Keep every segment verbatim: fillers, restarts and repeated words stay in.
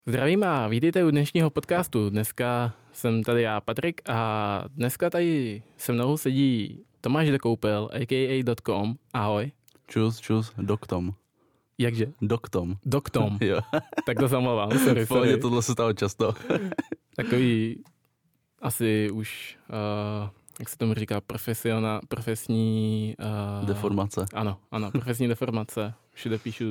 Zdravím a vítejte u dnešního podcastu. Dneska jsem tady já, Patrik, a dneska tady se mnou sedí Tomáš Dokoupil, a k a. Dotcom. Ahoj. Čus, čus, Doktom. Jakže? Doktom. Doktom. Jo. Tak to se omlouvám, sorry, sorry. Tohle se stalo často. Takový asi už, uh, jak se tomu říká, profesionál, profesní... Uh, deformace. Ano, ano, profesní deformace. Všude píšu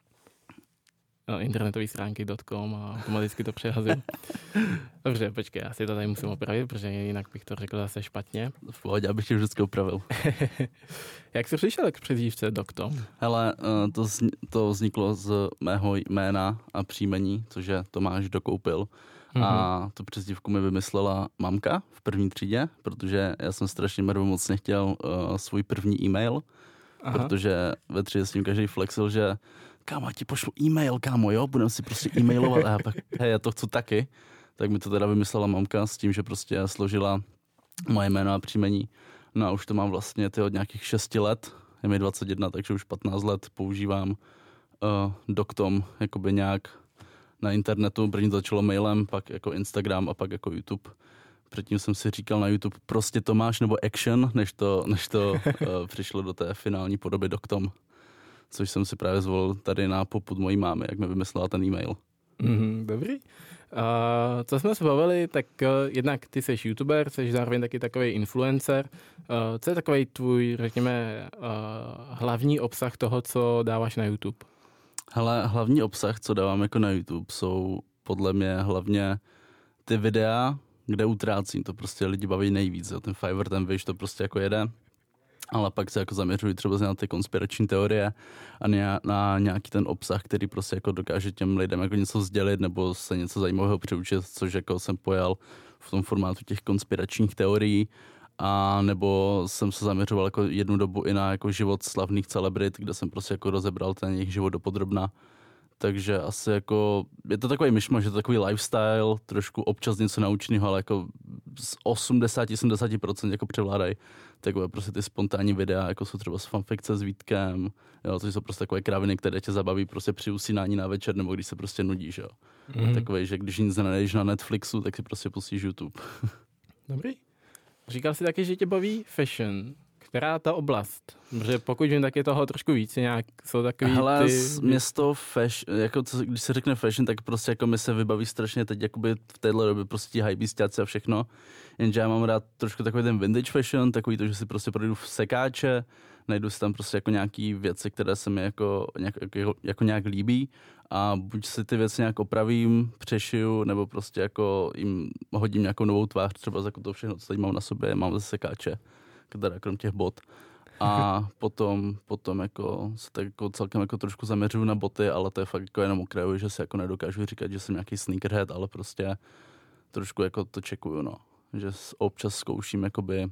internetové stránky .com a automaticky to přehazím. Dobře, počkej, já si to tady musím opravit, protože jinak bych to řekl zase špatně. V pohodě, abych tě vždycky opravil. Jak jsi přišel k přezdívce Doktom? Hele, to, to vzniklo z mého jména a příjmení, což je Tomáš Dokoupil. Mm-hmm. A tu přezdívku mi vymyslela mamka v první třídě, protože já jsem strašně mrvomocně chtěl uh, svůj první e-mail, Aha. protože ve třídě s ním každý flexil, že kámo, já ti pošlu e-mail, kámo, jo, budeme si prostě e-mailovat. A já pak, hej, já to chci taky. Tak mi to teda vymyslela mamka s tím, že prostě složila moje jméno a příjmení. No a už to mám vlastně ty od nějakých šesti let, je mi dvacet jedna, takže už patnáct let používám uh, Doktom, jakoby nějak na internetu. První to začalo mailem, pak jako Instagram a pak jako YouTube. Předtím jsem si říkal na YouTube prostě Tomáš nebo Action, než to, než to uh, přišlo do té finální podoby Doktom. Což jsem si právě zvolil tady na popud mojí mámy, jak mi vymyslela ten e-mail. Mm, dobrý. Uh, co jsme se bavili, tak uh, jednak ty jsi youtuber, jsi zároveň taky takový influencer. Uh, co je takový tvůj, řekněme, uh, hlavní obsah toho, co dáváš na YouTube? Hele, hlavní obsah, co dávám jako na YouTube, jsou podle mě hlavně ty videa, kde utrácím. To prostě lidi baví nejvíc. Jo. Ten Fiverr, ten Wish, to prostě jako jede. Ale pak se jako zaměřují třeba na ty konspirační teorie a na nějaký ten obsah, který prostě jako dokáže těm lidem jako něco sdělit nebo se něco zajímavého přiučit, což jako jsem pojal v tom formátu těch konspiračních teorií. A nebo jsem se zaměřoval jako jednu dobu i na jako život slavných celebrit, kde jsem prostě jako rozebral ten jejich život dopodrobna. Takže asi jako, je to takový myšmaš, že to takový lifestyle, trošku občas něco naučného, ale jako z osmdesát až sedmdesát procent jako převládají takové prostě ty spontánní videa, jako jsou třeba s fanfikce s Vítkem, jo, to jsou prostě takové kraviny, které tě zabaví prostě při usínání na večer, nebo když se prostě nudíš, jo. Mm. Takové, že když nic nenajdeš na Netflixu, tak si prostě pustíš YouTube. Dobrý. Říkal jsi taky, že tě baví fashion. Která ta oblast? Protože pokud vím, tak je toho trošku víc, nějak jsou takový Hele, ty... město fashion, jako co, když se řekne fashion, tak prostě jako mi se vybaví strašně teď jakoby v téhle době prostě ti hypebeastáci a všechno, jenže já mám rád trošku takový ten vintage fashion, takový to, že si prostě projdu v sekáče, najdu si tam prostě jako nějaký věci, které se mi jako, nějak, jako, jako nějak líbí a buď si ty věci nějak opravím, přešiju, nebo prostě jako jim hodím nějakou novou tvář, třeba jako to všechno, co tady mám na sobě, mám ze sekáče. Teda krom těch bot. A potom, potom jako se tak jako celkem jako trošku zaměřuju na boty, ale to je fakt jako jenom okrajuji, že si jako nedokážu říkat, že jsem nějaký sneakerhead, ale prostě trošku jako to čekuju, no. Že občas zkouším jakoby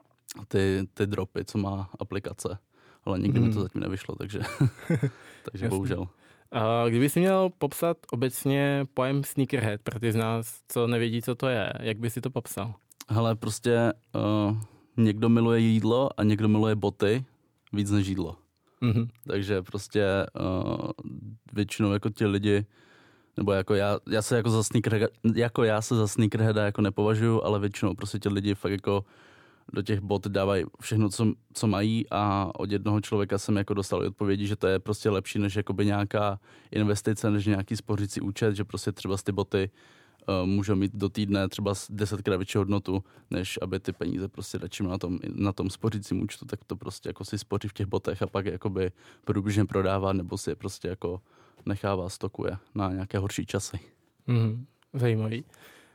ty, ty dropy, co má aplikace, ale nikdy mm. mi to zatím nevyšlo, takže, takže bohužel. A kdyby jsi měl popsat obecně pojem sneakerhead pro ty z nás, co nevědí, co to je, jak by si to popsal? Hele, prostě... Uh, někdo miluje jídlo a někdo miluje boty víc než jídlo. Mm-hmm. Takže prostě uh, většinou jako ti lidi, nebo jako já, já se jako za sneakerheada, jako já se za sneakerheada jako nepovažuju, ale většinou prostě ti lidi fakt jako do těch bot dávají všechno, co, co mají a od jednoho člověka jsem jako dostal odpovědi, že to je prostě lepší než jakoby nějaká investice, než nějaký spořící účet, že prostě třeba z ty boty Uh, můžou mít do týdne třeba desetkrát větší hodnotu, než aby ty peníze prostě radši na tom, na tom spořícím účtu, tak to prostě jako si spoří v těch botech a pak jakoby průběžně prodává nebo si je prostě jako nechává, stokuje na nějaké horší časy. Mm, zajímavý.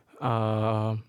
A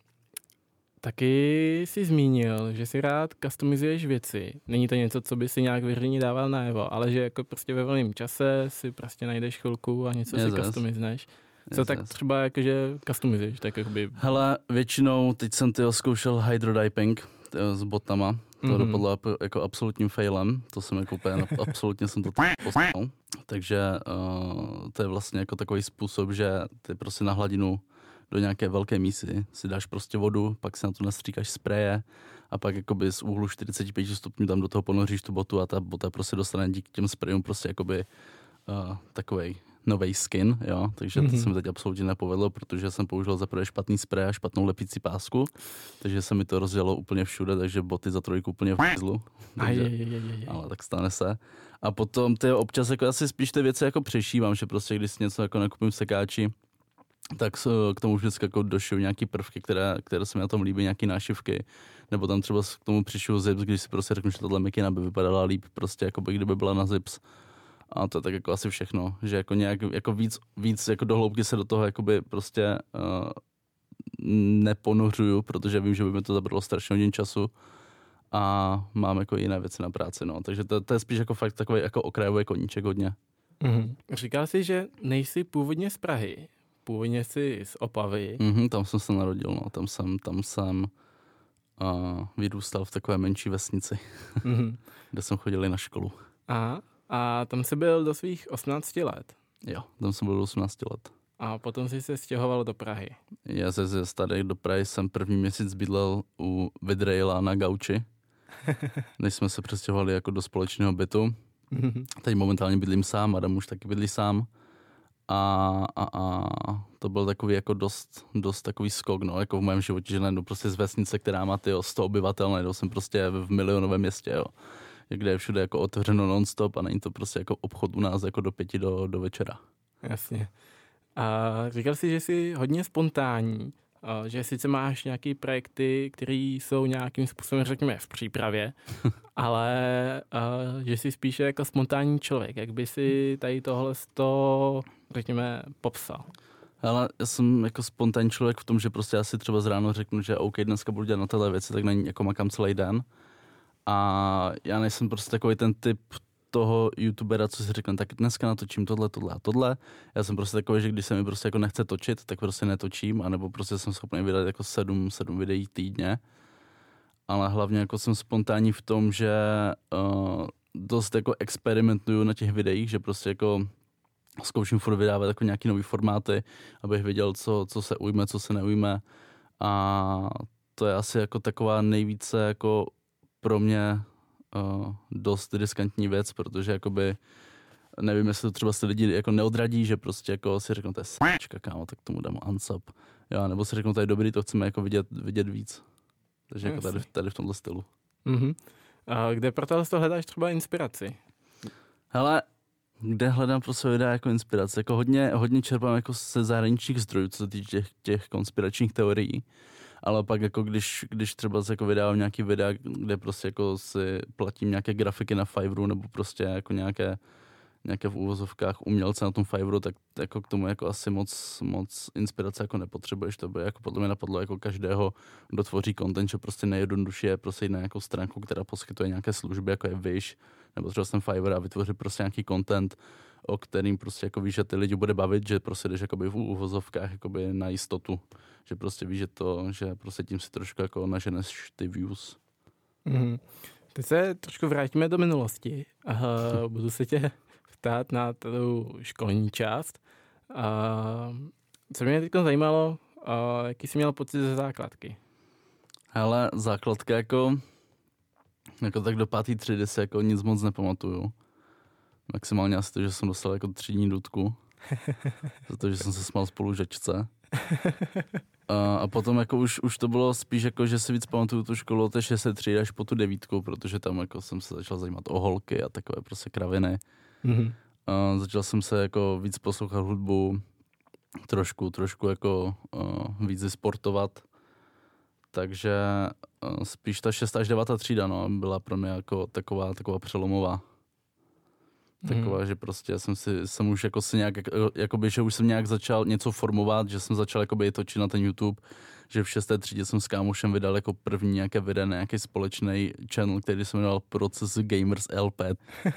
taky jsi zmínil, že si rád customizuješ věci. Není to něco, co by si nějak veřejně dával najevo, ale že jako prostě ve volném čase si prostě najdeš chvilku a něco yes, si customizneš. Co yes, tak yes. třeba jakože customizuješ, tak jakoby... Hele, většinou teď jsem tyho zkoušel hydrodiping tyjo, s botama. To mm-hmm. dopadlo jako absolutním failem. To jsem jako úplně, absolutně jsem to poslal. Takže uh, to je vlastně jako takový způsob, že ty prostě na hladinu do nějaké velké mísy si dáš prostě vodu, pak si na to nastříkáš spreje a pak jakoby z úhlu čtyřicet pět stupňů tam do toho ponoříš tu botu a ta bota prostě dostane díky těm sprejům prostě jakoby uh, takovej novej skin, jo, takže mm-hmm. to se mi teď absolutně nepovedlo, protože jsem použil za prvé špatný spray a špatnou lepící pásku, takže se mi to rozdělo úplně všude, takže boty za trojku úplně v pizlu. Takže, ale tak stane se. A potom ty občas jako asi spíš ty věci jako přešívám, že prostě když si něco jako nakupím v sekáči, tak k tomu vždycky jako došiju nějaký prvky, které, které se mi na tom líbí, nějaký nášivky, nebo tam třeba k tomu přišiju zips, když si prostě řeknu, že tato mikina by vypadala líp, prostě jako by kdyby byla na zips. A to je tak jako asi všechno, že jako nějak jako víc, víc jako do hloubky se do toho jakoby prostě uh, neponořuju, protože vím, že by mi to zabralo strašně hodně času a mám jako jiné věci na práci, no. Takže to, to je spíš jako fakt takový jako okrajový koníček hodně. Mm-hmm. Říkal jsi, že nejsi původně z Prahy, původně jsi z Opavy. Mm-hmm, tam jsem se narodil, no. Tam jsem, tam jsem uh, vyrůstal v takové menší vesnici, mm-hmm. kde jsem chodil na školu. Aha. A tam jsi byl do svých osmnácti let. Jo, tam jsem byl do osmnácti let. A potom jsi se stěhoval do Prahy. Já se ze tady do Prahy jsem první měsíc bydlel u Vidraila na gauči, než jsme se přestěhovali jako do společného bytu. Teď momentálně bydlím sám, Adam už taky bydlí sám. A, a, a to byl takový jako dost, dost takový skok, no, jako v mém životě, že najdu prostě z vesnice, která má tyjo, sto obyvatel, najdou jsem prostě v milionovém městě, jo. Kde je všude jako otevřeno non-stop a není to prostě jako obchod u nás jako do pěti do, do večera. Jasně. A říkal jsi, že jsi hodně spontánní, že sice máš nějaké projekty, které jsou nějakým způsobem, řekněme, v přípravě, ale že jsi spíše jako spontánní člověk. Jak by si tady tohle to, řekněme, popsal? Ale já jsem jako spontánní člověk v tom, že prostě já si třeba z ráno řeknu, že OK, dneska budu dělat na téhle věci, tak na ní jako makám celý den. A já nejsem prostě takový ten typ toho youtubera, co si řekne, tak dneska natočím tohle, tohle a tohle. Já jsem prostě takový, že když se mi prostě jako nechce točit, tak prostě netočím, anebo prostě jsem schopný vydat jako sedm, sedm videí týdně. Ale hlavně jako jsem spontánní v tom, že uh, dost jako experimentuju na těch videích, že prostě jako zkouším furt vydávat jako nějaký nový formáty, abych věděl, co, co se ujme, co se neujme. A to je asi jako taková nejvíce jako pro mě uh, dost riskantní věc, protože jakoby nevím, jestli to třeba se lidi jako neodradí, že prostě jako si řeknou, to je s***čka, kámo, tak tomu dám unsub. Jo, nebo si řeknou, to je dobrý, to chceme jako vidět, vidět víc. Takže jako tady, tady v tomhle stylu. Mm-hmm. A kde pro tohle hledáš třeba inspiraci? Hele, kde hledám pro své videa jako inspiraci? Jako hodně, hodně čerpám jako ze zahraničních zdrojů, co se týče těch, těch konspiračních teorií. Ale pak jako když, když třeba jako vydávám nějaký videa, kde prostě jako si platím nějaké grafiky na Fiverru nebo prostě jako nějaké, nějaké v úvozovkách umělce na tom Fiverru, tak jako k tomu jako asi moc, moc inspirace jako nepotřebuješ. To by jako podle mě napadlo jako každého, kdo tvoří content, že prostě nejjednodušší je prostě jít na nějakou stránku, která poskytuje nějaké služby, jako je Wish, nebo třeba ten Fiverr a vytvořit prostě nějaký content, o kterým prostě jako víš, že ty lidi bude bavit, že prostě jdeš jakoby v úvozovkách jakoby na jistotu. Že prostě víš, že to, že prostě tím si trošku jako naženeš ty views. Mm-hmm. Teď se trošku vrátíme do minulosti. Uh, budu se tě ptát na tu školní část. Uh, co mě teď zajímalo, uh, jaký jsi měl pocit ze základky? Hele, základka jako, jako tak do pátý třídy se jako nic moc nepamatuju. Maximálně asi to, že jsem dostal jako třídní dudku. Protože jsem se smál spolužačce. A, a potom jako už, už to bylo spíš jako, že si víc pamatuju tu školu od té šesté třídy až po tu devítku, protože tam jako jsem se začal zajímat o holky a takové prostě kraviny. Mm-hmm. A začal jsem se jako víc poslouchat hudbu, trošku, trošku jako uh, víc sportovat. Takže uh, spíš ta šestá až devátá třída, no, byla pro mě jako taková, taková přelomová. Taková, hmm. že prostě jsem si, jsem už jako si nějak, jakoby, že už jsem nějak začal něco formovat, že jsem začal jakoby točit na ten YouTube, že v šesté třídě jsem s kámošem vydal jako první nějaké video, nějaký společný channel, který se jmenoval Proces Gamers L P.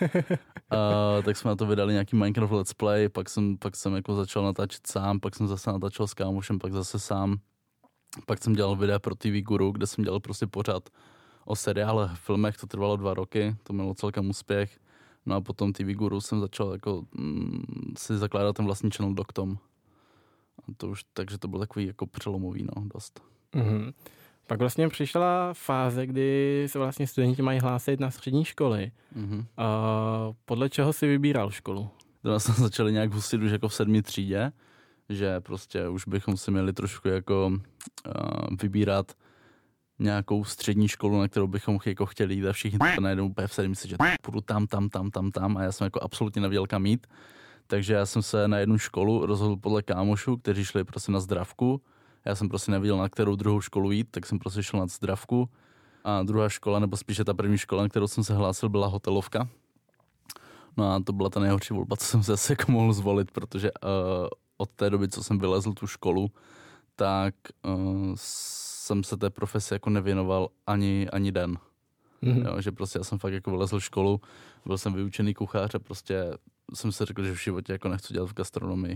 A, tak jsme na to vydali nějaký Minecraft Let's Play, pak jsem, pak jsem jako začal natáčet sám, pak jsem zase natáčel s kámošem, pak zase sám. Pak jsem dělal videa pro T V Guru, kde jsem dělal prostě pořád o seriálech, filmech, to trvalo dva roky, to mělo celkem úspěch. No a potom T V Guru jsem začal jako mm, si zakládat ten vlastní channel Doktom. A to už, takže to byl takový jako přelomový, no, dost. Mm-hmm. Pak vlastně přišla fáze, kdy se vlastně studenti mají hlásit na střední školy. Mm-hmm. A podle čeho si vybíral školu? do nás tam začali nějak husit už jako v sedmý třídě, že prostě už bychom si měli trošku jako uh, vybírat nějakou střední školu, na kterou bychom jako chtěli jít a všichni najednou úplně v sedmici, že půjdu tam, tam, tam, tam, tam a já jsem jako absolutně nevěděl kam jít. Takže já jsem se na jednu školu rozhodl podle kámošů, kteří šli prostě na zdravku. Já jsem prostě nevěděl, na kterou druhou školu jít, tak jsem prostě šel na zdravku. A druhá škola, nebo spíše ta první škola, na kterou jsem se hlásil, byla hotelovka. No a to byla ta nejhorší volba, co jsem se asi jako mohl zvolit, protože uh, od té doby, co jsem vylezl tu školu, tak uh, jsem se té profesi jako nevěnoval ani, ani den. Mm-hmm. Jo, že prostě já jsem fakt jako vylezl školu, byl jsem vyučený kuchař a prostě jsem si řekl, že v životě jako nechci dělat v gastronomii.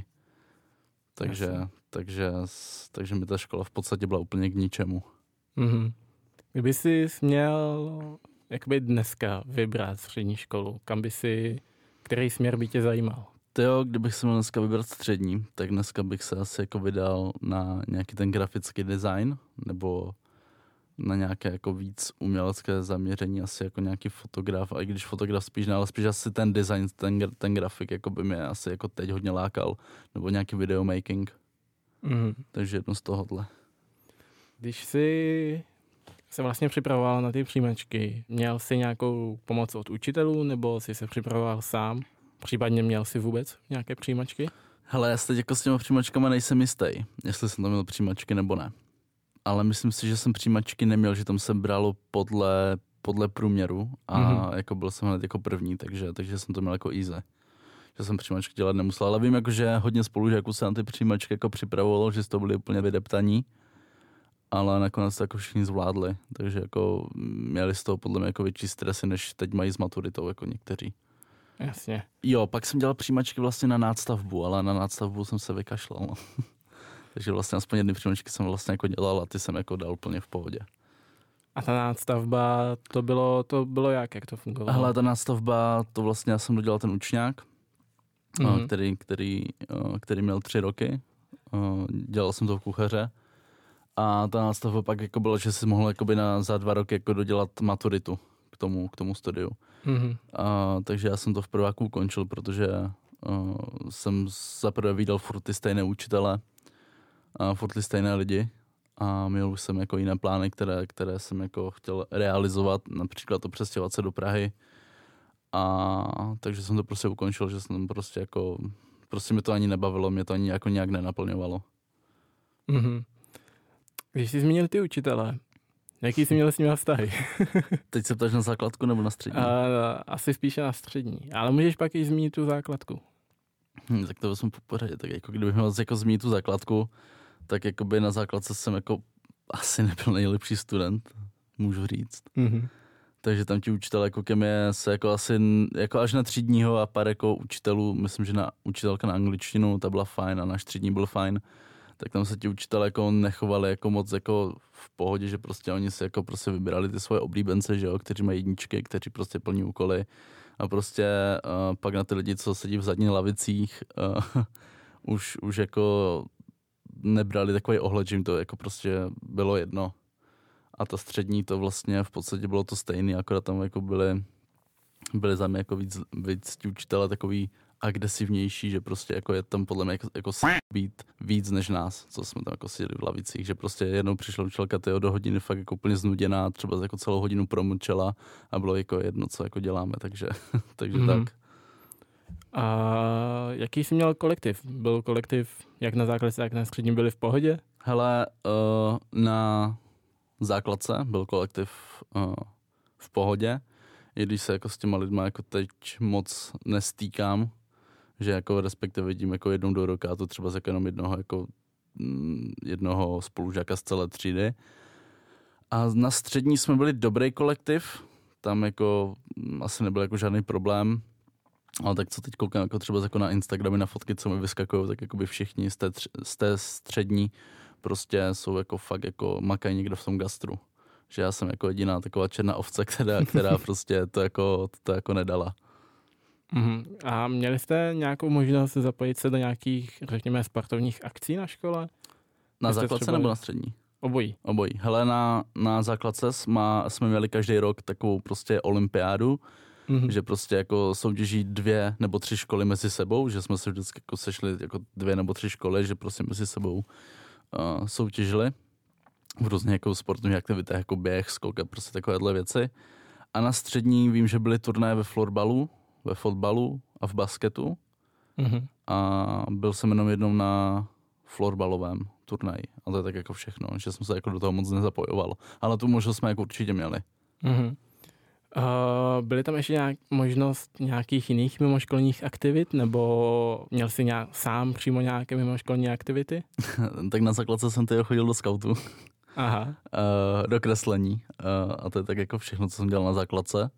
Takže, takže, takže mi ta škola v podstatě byla úplně k ničemu. Mm-hmm. Kdyby jsi měl jakoby dneska vybrat střední školu, kam by si, který směr by tě zajímal? Jo, kdybych si měl dneska vybrat střední, tak dneska bych se asi jako vydal na nějaký ten grafický design, nebo na nějaké jako víc umělecké zaměření, asi jako nějaký fotograf, a i když fotograf spíš ne, ale spíš asi ten design, ten, ten grafik jako by mě asi jako teď hodně lákal, nebo nějaký videomaking. Mm. Takže jedno z tohohle. Když jsi se vlastně připravoval na ty přijímačky, měl jsi nějakou pomoc od učitelů, nebo jsi se připravoval sám? Případně měl jsi vůbec nějaké přijímačky? Hele, já se teď jako s těma přijímačkama nejsem jistý, jestli jsem tam měl přijímačky nebo ne. Ale myslím si, že jsem přijímačky neměl, že tam se bralo podle, podle průměru a mm-hmm. jako byl jsem hned jako první, takže, takže jsem to měl jako easy. Že jsem přijímačky dělat nemusel, ale vím, jako, že hodně spolužáků se na ty přijímačky jako připravovalo, že z toho byli úplně vydeptaní, ale nakonec to jako všichni zvládli, takže jako měli z toho podle mě jako větší stresy, než teď mají s maturitou jako někteří. Jasně. Jo, pak jsem dělal přijímačky vlastně na nástavbu, ale na nástavbu jsem se vykašlal. Takže vlastně aspoň jedny přijímačky jsem vlastně jako dělal a ty jsem jako dal úplně v pohodě. A ta nástavba, to bylo, to bylo jak, jak to fungovalo? Hele, ta nástavba, to vlastně já jsem dodělal ten učňák, mm-hmm. který, který, který měl tři roky. Dělal jsem to v kuchaře. A ta nástavba pak jako bylo, že si mohl jakoby na, za dva roky jako dodělat maturitu k tomu, k tomu studiu. Mm-hmm. A, takže já jsem to v prváku ukončil, protože uh, jsem zaprvé viděl furt ty stejné učitele a furt ty stejné lidi a měl už jsem jako jiné plány, které, které jsem jako chtěl realizovat, například to přestěhovat se do Prahy. A takže jsem to prostě ukončil, že jsem prostě jako, prostě mi to ani nebavilo, mě to ani jako nějak nenaplňovalo. Mm-hmm. Když jsi zmínil ty učitele, jaký jsi měl s nimi vztahy? Teď se ptáš na základku nebo na střední? A, asi spíše na střední, ale můžeš pak i zmínit tu základku. Hmm, tak to vezmu po pořadě, tak jako kdybych měl jako zmínit tu základku, tak jakoby na základce jsem jako asi nebyl nejlepší student, můžu říct. Mm-hmm. Takže tam ti učitelé jako ke mně se jako asi jako až na třídního a pár jako učitelů, myslím, že na učitelka na angličtinu, ta byla fajn a náš třídní byl fajn, tak tam se ti učitelé jako nechovali jako moc jako v pohodě, že prostě oni si jako prostě vybírali ty svoje oblíbence, že jo, kteří mají jedničky, kteří prostě plní úkoly a prostě uh, pak na ty lidi, co sedí v zadních lavicích, uh, už, už jako nebrali takový ohled, že jim to jako prostě bylo jedno. A ta střední to vlastně v podstatě bylo to stejné, akorát tam jako byly, byly za mě jako víc, víc ti učitelé takový agresivnější, že prostě jako je tam podle mě jako, jako být víc než nás, co jsme tam jako seděli v lavicích, že prostě jednou přišla učitelka tyjo, do hodiny fakt jako úplně znuděná, třeba jako celou hodinu promlčela a bylo jako jedno, co jako děláme, takže, takže mm-hmm. tak. A jaký jsi měl kolektiv? Byl kolektiv jak na základce, tak na střední byli v pohodě? Hele, uh, na základce byl kolektiv uh, v pohodě, i když se jako s těma lidma jako teď moc nestýkám, že jako respektive vidím jako jednou do roka, a to třeba jako jenom jednoho, jako, jednoho spolužáka z celé třídy. A na střední jsme byli dobrý kolektiv, tam jako asi nebyl jako žádný problém, ale tak co teď koukám jako třeba jako na Instagramy, na fotky, co mi vyskakují, tak jako by všichni z té, z té střední prostě jsou jako fakt jako makají někdo v tom gastru. Že já jsem jako jediná taková černá ovce, která, která prostě to jako, to jako nedala. Mm-hmm. A měli jste nějakou možnost zapojit se do nějakých, řekněme, sportovních akcí na škole? Na základce třeba nebo na střední? Obojí. Obojí. Hele, na, na základce jsme, jsme měli každý rok takovou prostě olympiádu, Mm-hmm. Že prostě jako soutěží dvě nebo tři školy mezi sebou, že jsme se vždycky jako sešli jako dvě nebo tři školy, že prostě mezi sebou uh, soutěžili v různých jako sportovních aktivitách, jako běh, skok a prostě takovéhle věci. A na střední vím, že byly turnaje ve florbalu, ve fotbalu a v basketu. Mm-hmm. A byl jsem jenom jednou na florbalovém turnaji. A to je tak jako všechno, že jsem se jako do toho moc nezapojoval. Ale tu možnost jsme jako určitě měli. Mm-hmm. Uh, byly tam ještě nějak možnost nějakých jiných mimoškolních aktivit, nebo měl jsi nějak, sám přímo nějaké mimoškolní aktivity? Tak na základce jsem teď chodil do skautu. Aha. Uh, do kreslení. Uh, a to je tak jako všechno, co jsem dělal na základce.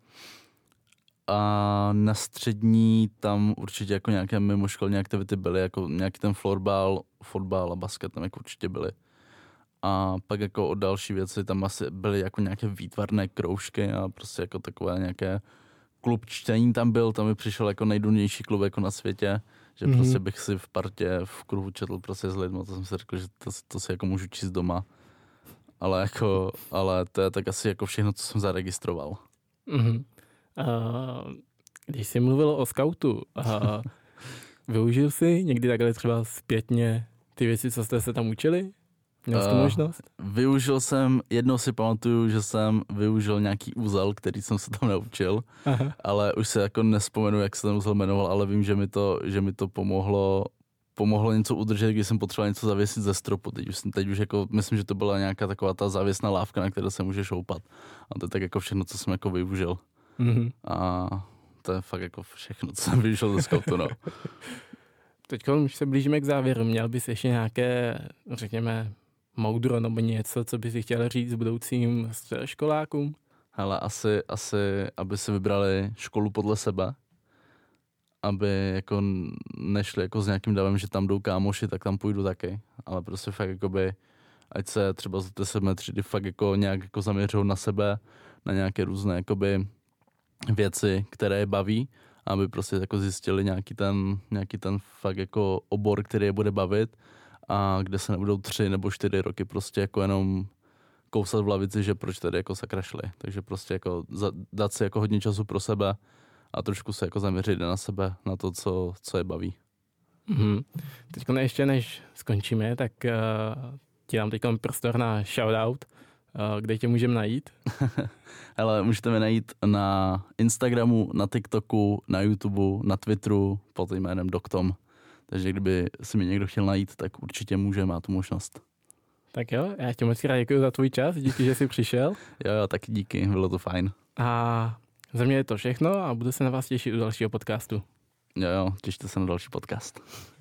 A na střední tam určitě jako nějaké mimoškolní aktivity byly, jako nějaký ten florbal, fotbal a basket tam jako určitě byly. A pak jako o další věci tam asi byly jako nějaké výtvarné kroužky a prostě jako takové nějaké klub čtení tam byl, tam mi přišel jako nejdůležitější klub jako na světě, že mm-hmm. prostě bych si v partě, v kruhu četl prostě s lidmi, to jsem si řekl, že to, to si jako můžu číst doma. Ale jako, ale to je tak asi jako všechno, co jsem zaregistroval. Mm-hmm. Uh, když jsi mluvil o skautu, uh, využil jsi někdy takhle třeba zpětně ty věci, co jste se tam učili? Měl jsi tu možnost? Uh, využil jsem, jednou si pamatuju, že jsem využil nějaký úzel, který jsem se tam naučil, aha. ale už se jako nespomenu, jak se ten úzel jmenoval, ale vím, že mi to, že mi to pomohlo, pomohlo něco udržet, když jsem potřeboval něco zavěsit ze stropu. Teď už, teď už jako, myslím, že to byla nějaká taková ta závěsná lávka, na které se může šoupat. A to je tak jako všechno, co jsem jako využil. Mm-hmm. A to je fakt jako všechno, co jsem využil ze skautu, no. Teď už se blížíme k závěru. Měl bys ještě nějaké, řekněme, moudro nebo něco, co bys chtěl říct budoucím školákům? Hele, asi, asi, aby si vybrali školu podle sebe, aby jako nešli jako s nějakým davem, že tam jdou kámoši, tak tam půjdu taky, ale prostě fakt jakoby, ať se třeba za ty sedmé třídy fakt jako nějak jako zaměřují na sebe, na nějaké různé jakoby věci, které je baví, aby prostě jako zjistili nějaký ten, nějaký ten fakt jako obor, který je bude bavit a kde se nebudou tři nebo čtyři roky prostě jako jenom kousat v lavici, že proč tady jako sakra šli. Takže prostě jako dát si jako hodně času pro sebe a trošku se jako zaměřit na sebe, na to, co, co je baví. Mm-hmm. Teď ještě než skončíme, tak uh, ti dám teď prostor na shoutout. Uh, kde tě můžeme najít? Hele, můžete mě najít na Instagramu, na TikToku, na YouTubeu, na Twitteru pod jménem Doktom. Takže kdyby si mě někdo chtěl najít, tak určitě může, má tu možnost. Tak jo, já ti moc rád děkuji za tvůj čas, díky, že jsi přišel. Jo, jo, taky díky, bylo to fajn. A za mě je to všechno a budu se na vás těšit u dalšího podcastu. Jo, jo, těšte se na další podcast.